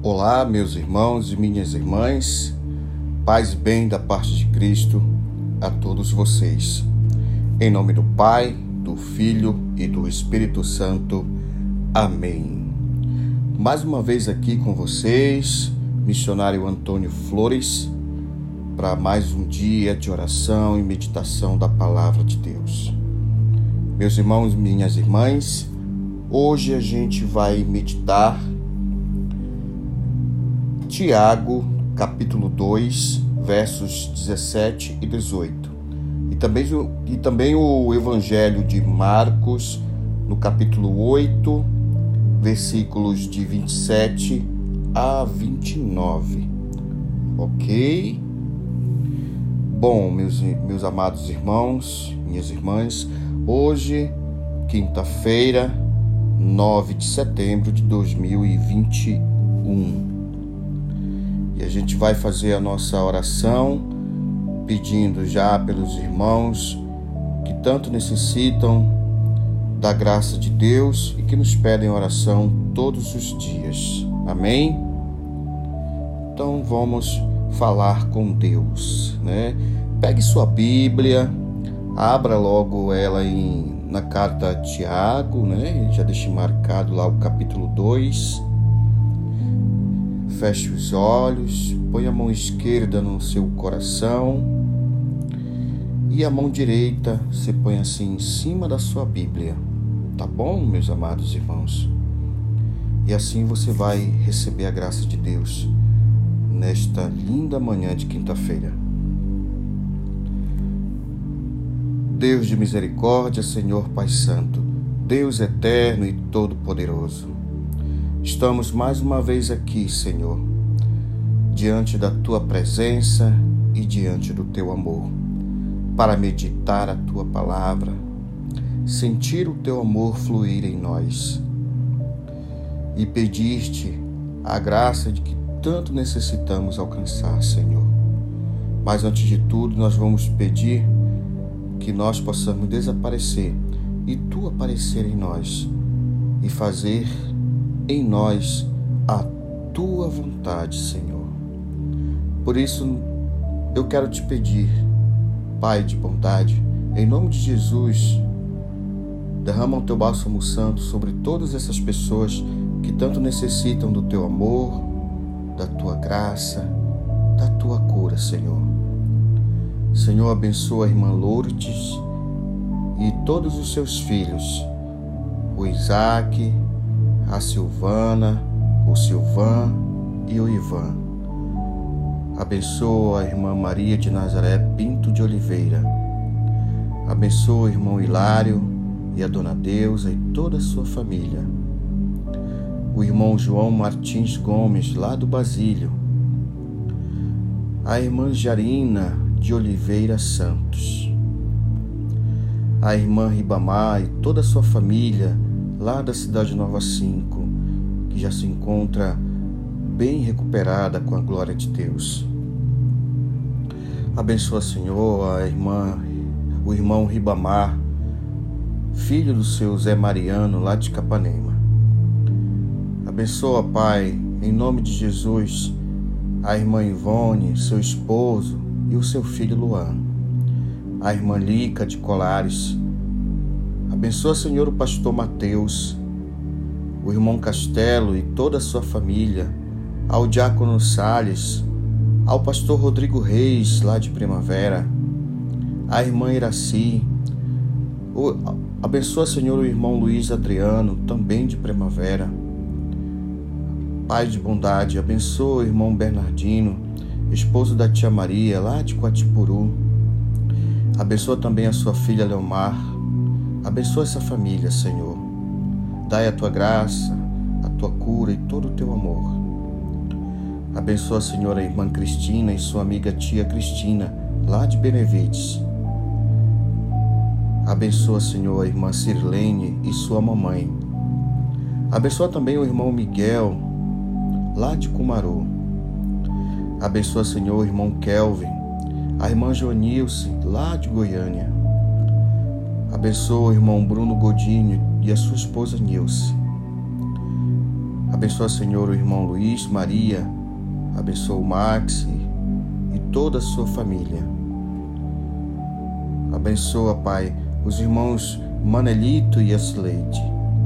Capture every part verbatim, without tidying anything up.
Olá, meus irmãos e minhas irmãs, paz e bem da parte de Cristo a todos vocês. Em nome do Pai, do Filho e do Espírito Santo. Amém. Mais uma vez aqui com vocês, missionário Antônio Flores, para mais um dia de oração e meditação da Palavra de Deus. Meus irmãos e minhas irmãs, hoje a gente vai meditar Tiago, capítulo dois, versos dezessete e dezoito. E também, e também o Evangelho de Marcos, no capítulo oito, versículos de vinte e sete a vinte e nove. Ok? Bom, meus, meus amados irmãos, minhas irmãs, hoje, quinta-feira, nove de setembro de dois mil e vinte e um. E a gente vai fazer a nossa oração pedindo já pelos irmãos que tanto necessitam da graça de Deus e que nos pedem oração todos os dias. Amém? Então vamos falar com Deus, né? Pegue sua Bíblia, abra logo ela em, na carta a Tiago, né? Já deixei marcado lá o capítulo dois. Feche os olhos, põe a mão esquerda no seu coração e a mão direita você põe assim em cima da sua Bíblia, tá bom, meus amados irmãos? E assim você vai receber a graça de Deus nesta linda manhã de quinta-feira. Deus de misericórdia, Senhor Pai Santo, Deus eterno e todo-poderoso, estamos mais uma vez aqui, Senhor, diante da Tua presença e diante do Teu amor, para meditar a Tua palavra, sentir o Teu amor fluir em nós e pedir-te a graça de que tanto necessitamos alcançar, Senhor. Mas antes de tudo, nós vamos pedir que nós possamos desaparecer e Tu aparecer em nós e fazer em nós a Tua vontade, Senhor. Por isso, eu quero te pedir, Pai de bondade, em nome de Jesus, derrama o Teu bálsamo santo sobre todas essas pessoas que tanto necessitam do Teu amor, da Tua graça, da Tua cura, Senhor. Senhor, abençoa a irmã Lourdes e todos os seus filhos, o Isaac, a Silvana, o Silvan e o Ivan. Abençoa a irmã Maria de Nazaré Pinto de Oliveira. Abençoa o irmão Hilário e a dona Deusa e toda a sua família. O irmão João Martins Gomes, lá do Basílio. A irmã Jarina de Oliveira Santos. A irmã Ribamar e toda a sua família, lá da cidade de Nova Cinco, que já se encontra bem recuperada com a glória de Deus. Abençoa, Senhor, a irmã, o irmão Ribamar, filho do seu Zé Mariano, lá de Capanema. Abençoa, Pai, em nome de Jesus, a irmã Ivone, seu esposo e o seu filho Luan. A irmã Lica de Colares. Abençoa, Senhor, o pastor Mateus, o irmão Castelo e toda a sua família, ao diácono Salles, ao pastor Rodrigo Reis, lá de Primavera, a irmã Iraci. Abençoa, Senhor, o irmão Luiz Adriano, também de Primavera. Pai de bondade, abençoa o irmão Bernardino, esposo da tia Maria, lá de Quatipuru. Abençoa também a sua filha Leomar. Abençoa essa família, Senhor. Dai a Tua graça, a Tua cura e todo o Teu amor. Abençoa, Senhor, a irmã Cristina e sua amiga tia Cristina, lá de Benevides. Abençoa, Senhor, a irmã Sirlene e sua mamãe. Abençoa também o irmão Miguel, lá de Cumaru. Abençoa, Senhor, o irmão Kelvin, a irmã Joanilce, lá de Goiânia. Abençoa o irmão Bruno Godinho e a sua esposa Nilce. Abençoa, Senhor, o irmão Luiz, Maria. Abençoa o Max e, e toda a sua família. Abençoa, Pai, os irmãos Manelito e Asleide.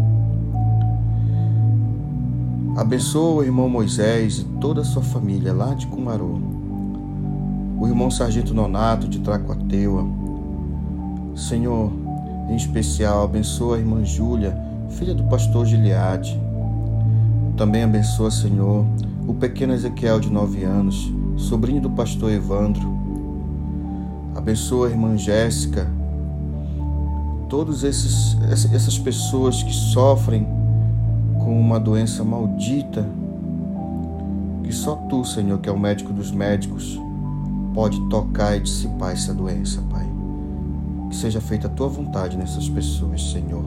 Abençoa o irmão Moisés e toda a sua família lá de Cumaru. O irmão Sargento Nonato de Tracuateua. Senhor, em especial, abençoa a irmã Júlia, filha do pastor Gileade. Também abençoa, Senhor, o pequeno Ezequiel de nove anos, sobrinho do pastor Evandro. Abençoa a irmã Jéssica, todas essas pessoas que sofrem com uma doença maldita, que só Tu, Senhor, que é o médico dos médicos, pode tocar e dissipar essa doença, Pai. Que seja feita a Tua vontade nessas pessoas, Senhor.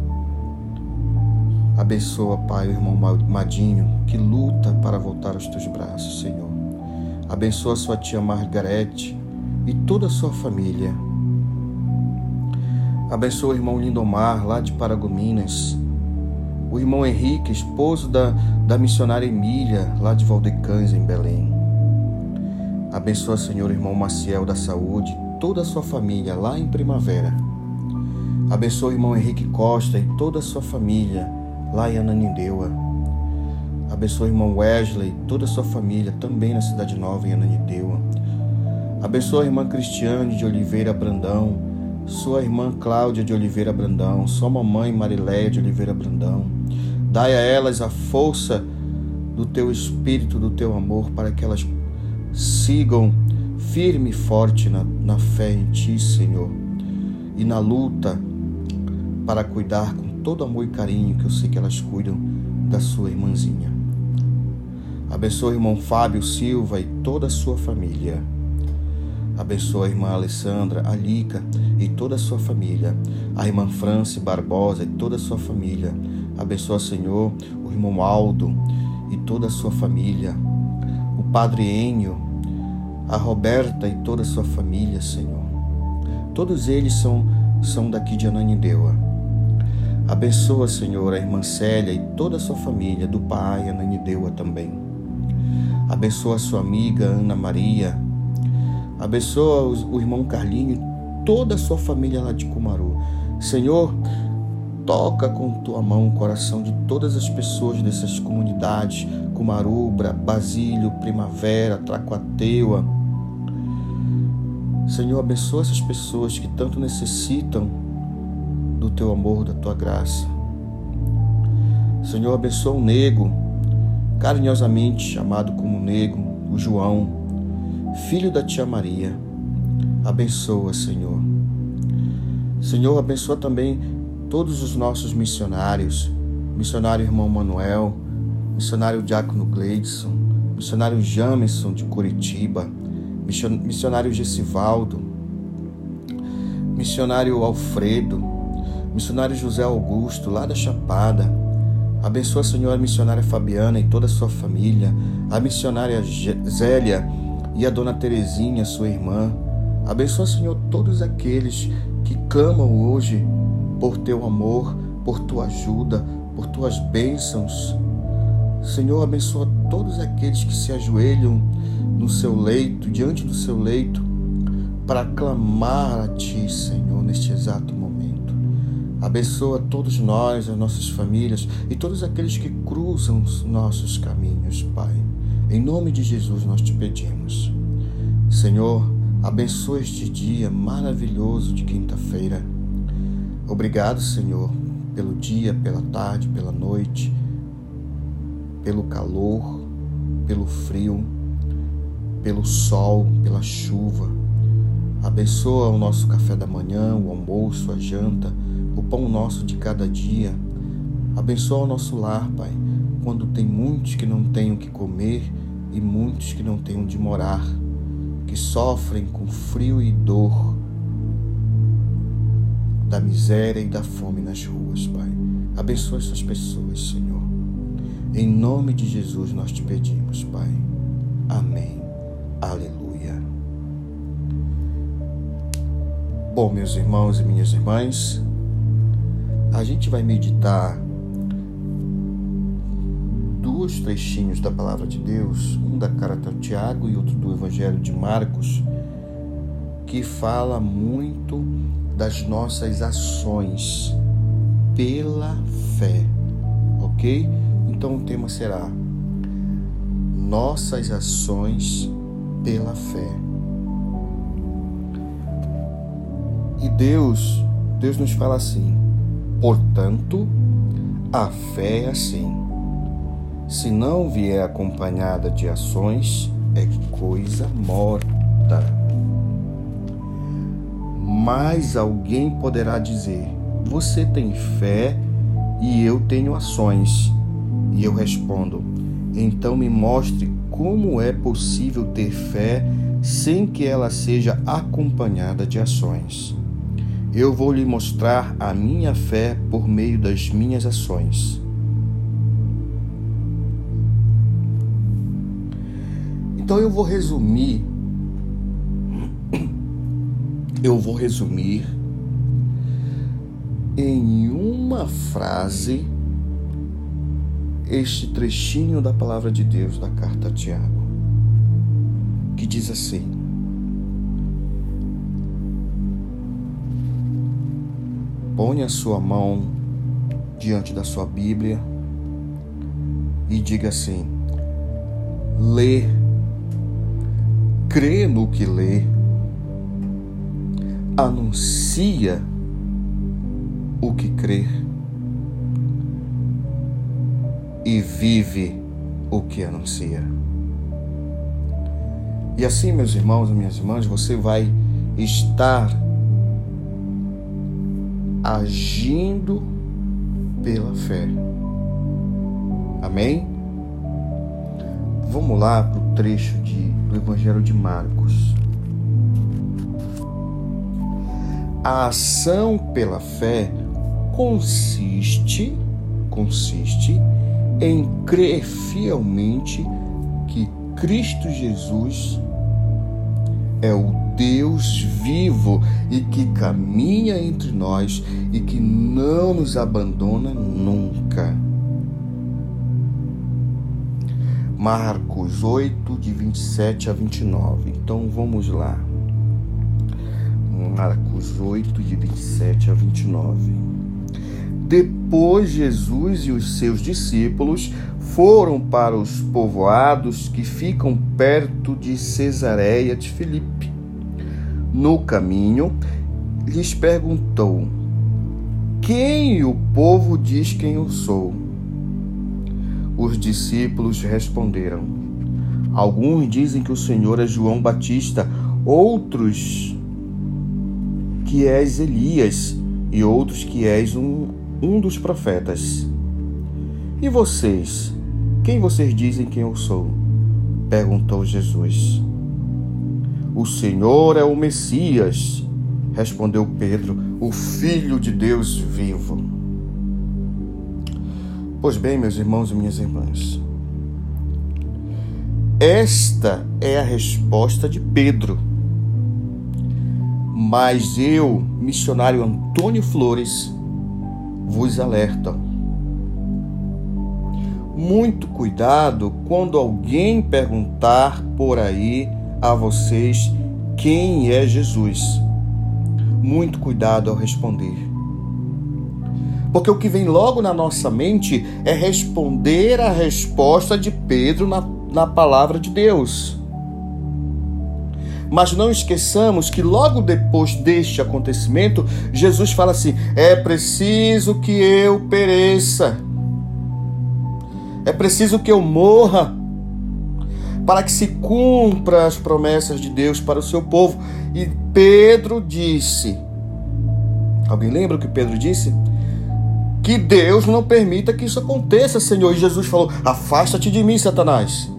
Abençoa, Pai, o irmão Madinho, que luta para voltar aos Teus braços, Senhor. Abençoa a sua tia Margarete e toda a sua família. Abençoa o irmão Lindomar, lá de Paragominas. O irmão Henrique, esposo da, da missionária Emília, lá de Valdecães, em Belém. Abençoa, Senhor, o irmão Maciel da Saúde, toda a sua família, lá em Primavera. Abençoa o irmão Henrique Costa e toda a sua família, lá em Ananindeua. Abençoa o irmão Wesley e toda a sua família, também na Cidade Nova, em Ananindeua. Abençoa a irmã Cristiane de Oliveira Brandão, sua irmã Cláudia de Oliveira Brandão, sua mamãe Mariléia de Oliveira Brandão. Dai a elas a força do Teu Espírito, do Teu amor, para que elas sigam firme e forte na, na fé em Ti, Senhor, e na luta para cuidar com todo amor e carinho, que eu sei que elas cuidam da sua irmãzinha. Abençoa o irmão Fábio Silva e toda a sua família. Abençoa a irmã Alessandra, a Lica e toda a sua família. A irmã Franci Barbosa e toda a sua família. Abençoa, Senhor, o irmão Aldo e toda a sua família. O padre Enio, a Roberta e toda a sua família, Senhor. Todos eles são, são daqui de Ananindeua. Abençoa, Senhor, a irmã Célia e toda a sua família, do pai Ananindeua também. Abençoa a sua amiga Ana Maria. Abençoa o irmão Carlinho e toda a sua família lá de Cumaru. Senhor, toca com Tua mão o coração de todas as pessoas dessas comunidades, Cumaru, Basílio, Primavera, Tracuateua. Senhor, abençoa essas pessoas que tanto necessitam do Teu amor, da Tua graça. Senhor, abençoa o Nego, carinhosamente chamado como Nego, o João, filho da tia Maria. Abençoa, Senhor. Senhor, abençoa também todos os nossos missionários, missionário irmão Manuel, missionário Diácono Gleidson, missionário Jamerson de Curitiba, missionário Gessivaldo, missionário Alfredo, missionário José Augusto, lá da Chapada. Abençoa, Senhor, a missionária Fabiana e toda a sua família, a missionária Zélia e a dona Terezinha, sua irmã. Abençoa, Senhor, todos aqueles que clamam hoje por Teu amor, por Tua ajuda, por Tuas bênçãos. Senhor, abençoa todos aqueles que se ajoelham no seu leito, diante do seu leito, para clamar a Ti, Senhor, neste exato momento. Abençoa todos nós, as nossas famílias e todos aqueles que cruzam os nossos caminhos, Pai. Em nome de Jesus nós Te pedimos. Senhor, abençoa este dia maravilhoso de quinta-feira. Obrigado, Senhor, pelo dia, pela tarde, pela noite, pelo calor, pelo frio, pelo sol, pela chuva. Abençoa o nosso café da manhã, o almoço, a janta, o pão nosso de cada dia. Abençoa o nosso lar, Pai, quando tem muitos que não têm o que comer e muitos que não têm onde morar, que sofrem com frio e dor da miséria e da fome nas ruas, Pai. Abençoa essas pessoas, Senhor. Em nome de Jesus nós Te pedimos, Pai. Amém. Aleluia. Bom, meus irmãos e minhas irmãs, a gente vai meditar dois trechinhos da palavra de Deus, um da carta ao Tiago e outro do Evangelho de Marcos, que fala muito das nossas ações pela fé, ok? Então o tema será nossas ações pela fé. E Deus, Deus nos fala assim: portanto, a fé é assim. Se não vier acompanhada de ações, é coisa morta. Mas alguém poderá dizer: você tem fé e eu tenho ações. E eu respondo: então me mostre como é possível ter fé sem que ela seja acompanhada de ações. Eu vou lhe mostrar a minha fé por meio das minhas ações. Então eu vou resumir, eu vou resumir em uma frase este trechinho da palavra de Deus da carta a Tiago, que diz assim: põe a sua mão diante da sua Bíblia e diga assim: lê, crê no que lê, anuncia o que crê e vive o que anuncia. E assim, meus irmãos e minhas irmãs, você vai estar agindo pela fé. Amém? Vamos lá para o trecho de, do Evangelho de Marcos. A ação pela fé consiste, consiste em crer fielmente que Cristo Jesus é o Deus vivo e que caminha entre nós e que não nos abandona nunca. Marcos oito, de vinte e sete a vinte e nove. Então vamos lá. Marcos oito, de vinte e sete a vinte e nove. Depois Jesus e os seus discípulos foram para os povoados que ficam perto de Cesareia de Filipe. No caminho, lhes perguntou: quem o povo diz quem eu sou? Os discípulos responderam: alguns dizem que o Senhor é João Batista, outros que és Elias e outros que és um, um dos profetas. E vocês? Quem vocês dizem quem eu sou? Perguntou Jesus. O Senhor é o Messias, respondeu Pedro, o Filho de Deus vivo. Pois bem, meus irmãos e minhas irmãs, esta é a resposta de Pedro. Mas eu, missionário Antônio Flores, vos alerto. Muito cuidado quando alguém perguntar por aí a vocês quem é Jesus. Muito cuidado ao responder. Porque o que vem logo na nossa mente é responder a resposta de Pedro na, na palavra de Deus. Mas não esqueçamos que logo depois deste acontecimento, Jesus fala assim: é preciso que eu pereça. É preciso que eu morra para que se cumpra as promessas de Deus para o seu povo. E Pedro disse, alguém lembra o que Pedro disse? Que Deus não permita que isso aconteça, Senhor. E Jesus falou: afasta-te de mim, Satanás.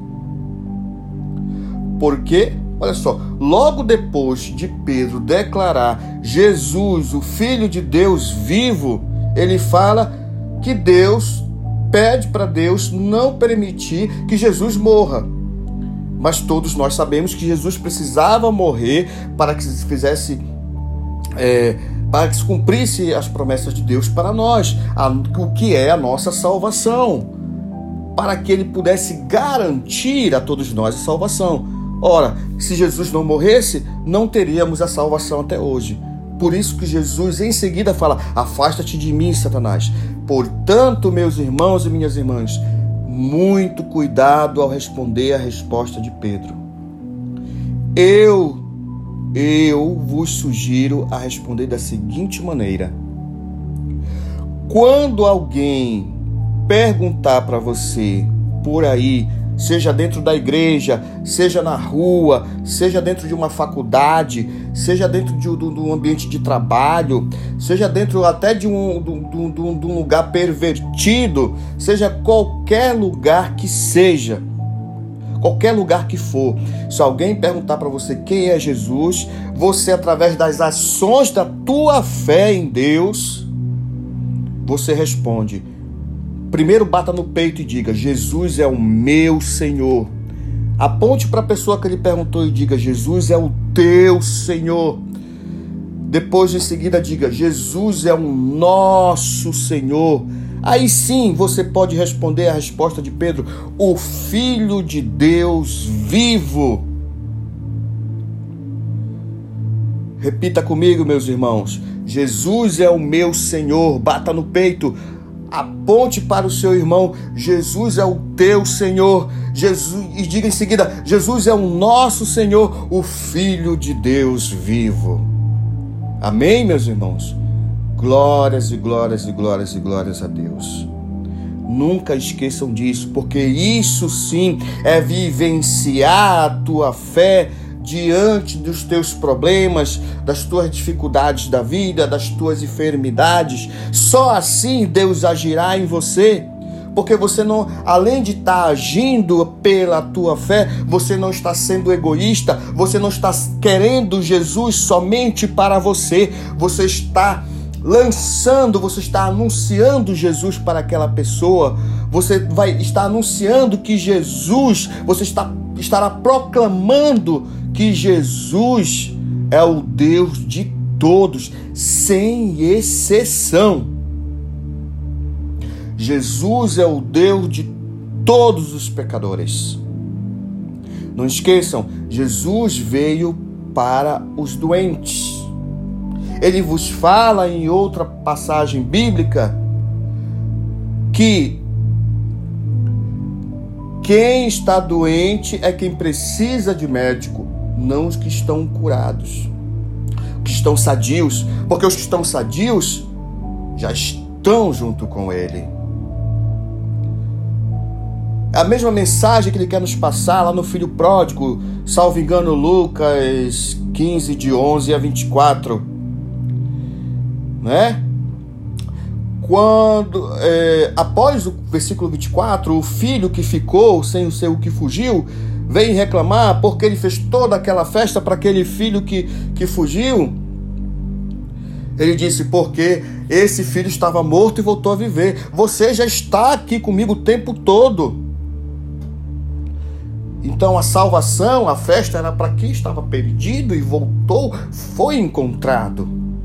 Por quê? Olha só, logo depois de Pedro declarar Jesus, o Filho de Deus vivo, ele fala que Deus pede para Deus não permitir que Jesus morra. Mas todos nós sabemos que Jesus precisava morrer para que se fizesse, é, para que se cumprisse as promessas de Deus para nós, a, o que é a nossa salvação. para que ele pudesse garantir a todos nós a salvação. Ora, se Jesus não morresse, não teríamos a salvação até hoje. Por isso que Jesus em seguida fala: afasta-te de mim, Satanás. Portanto, meus irmãos e minhas irmãs, muito cuidado ao responder a resposta de Pedro. Eu, eu vos sugiro a responder da seguinte maneira: quando alguém perguntar para você por aí, seja dentro da igreja, seja na rua, seja dentro de uma faculdade, seja dentro de, de, de um ambiente de trabalho, seja dentro até de um, de, de, de um lugar pervertido, seja qualquer lugar que seja, qualquer lugar que for, se alguém perguntar para você quem é Jesus, você, através das ações da tua fé em Deus, você responde. Primeiro bata no peito e diga: Jesus é o meu Senhor. Aponte para a pessoa que ele perguntou e diga: Jesus é o teu Senhor. Depois, em seguida, diga: Jesus é o nosso Senhor. Aí sim você pode responder a resposta de Pedro: o Filho de Deus vivo. Repita comigo, meus irmãos: Jesus é o meu Senhor. Bata no peito. Aponte para o seu irmão: Jesus é o teu Senhor. Jesus, e diga em seguida: Jesus é o nosso Senhor, o Filho de Deus vivo. Amém, meus irmãos? Glórias e glórias e glórias e glórias a Deus. Nunca esqueçam disso, porque isso sim é vivenciar a tua fé diante dos teus problemas, das tuas dificuldades da vida, das tuas enfermidades. Só assim Deus agirá em você, porque você não, além de estar agindo pela tua fé, você não está sendo egoísta, você não está querendo Jesus somente para você, você está lançando, você está anunciando Jesus para aquela pessoa, você vai estar anunciando que Jesus, você está, estará proclamando que Jesus é o Deus de todos, sem exceção. Jesus é o Deus de todos os pecadores. Não esqueçam, Jesus veio para os doentes. Ele vos fala em outra passagem bíblica que quem está doente é quem precisa de médico, não os que estão curados, que estão sadios, porque os que estão sadios já estão junto com ele. É a mesma mensagem que ele quer nos passar lá no Filho Pródigo, salvo engano, Lucas quinze, de onze a vinte e quatro, né? Quando, é, após o versículo vinte e quatro, o filho que ficou sem o seu que fugiu, vem reclamar porque ele fez toda aquela festa para aquele filho que, que fugiu. Ele disse: porque esse filho estava morto e voltou a viver. Você já está aqui comigo o tempo todo. Então a salvação, a festa era para quem estava perdido e voltou, foi encontrado.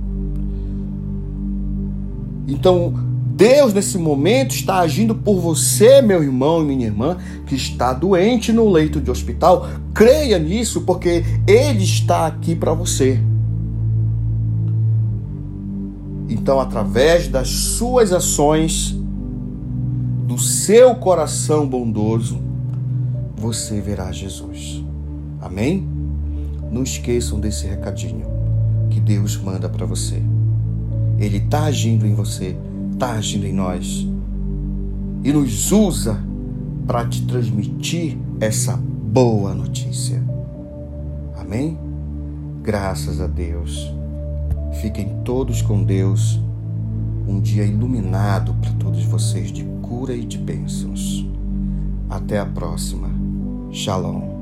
Então Deus nesse momento está agindo por você, meu irmão e minha irmã, que está doente no leito de hospital. Creia nisso, porque Ele está aqui para você. Então, através das suas ações, do seu coração bondoso, você verá Jesus. Amém? Não esqueçam desse recadinho que Deus manda para você. Ele está agindo em você, está agindo em nós e nos usa para te transmitir essa boa notícia. Amém? Graças a Deus. Fiquem todos com Deus. Um dia iluminado para todos vocês de cura e de bênçãos. Até a próxima. Shalom.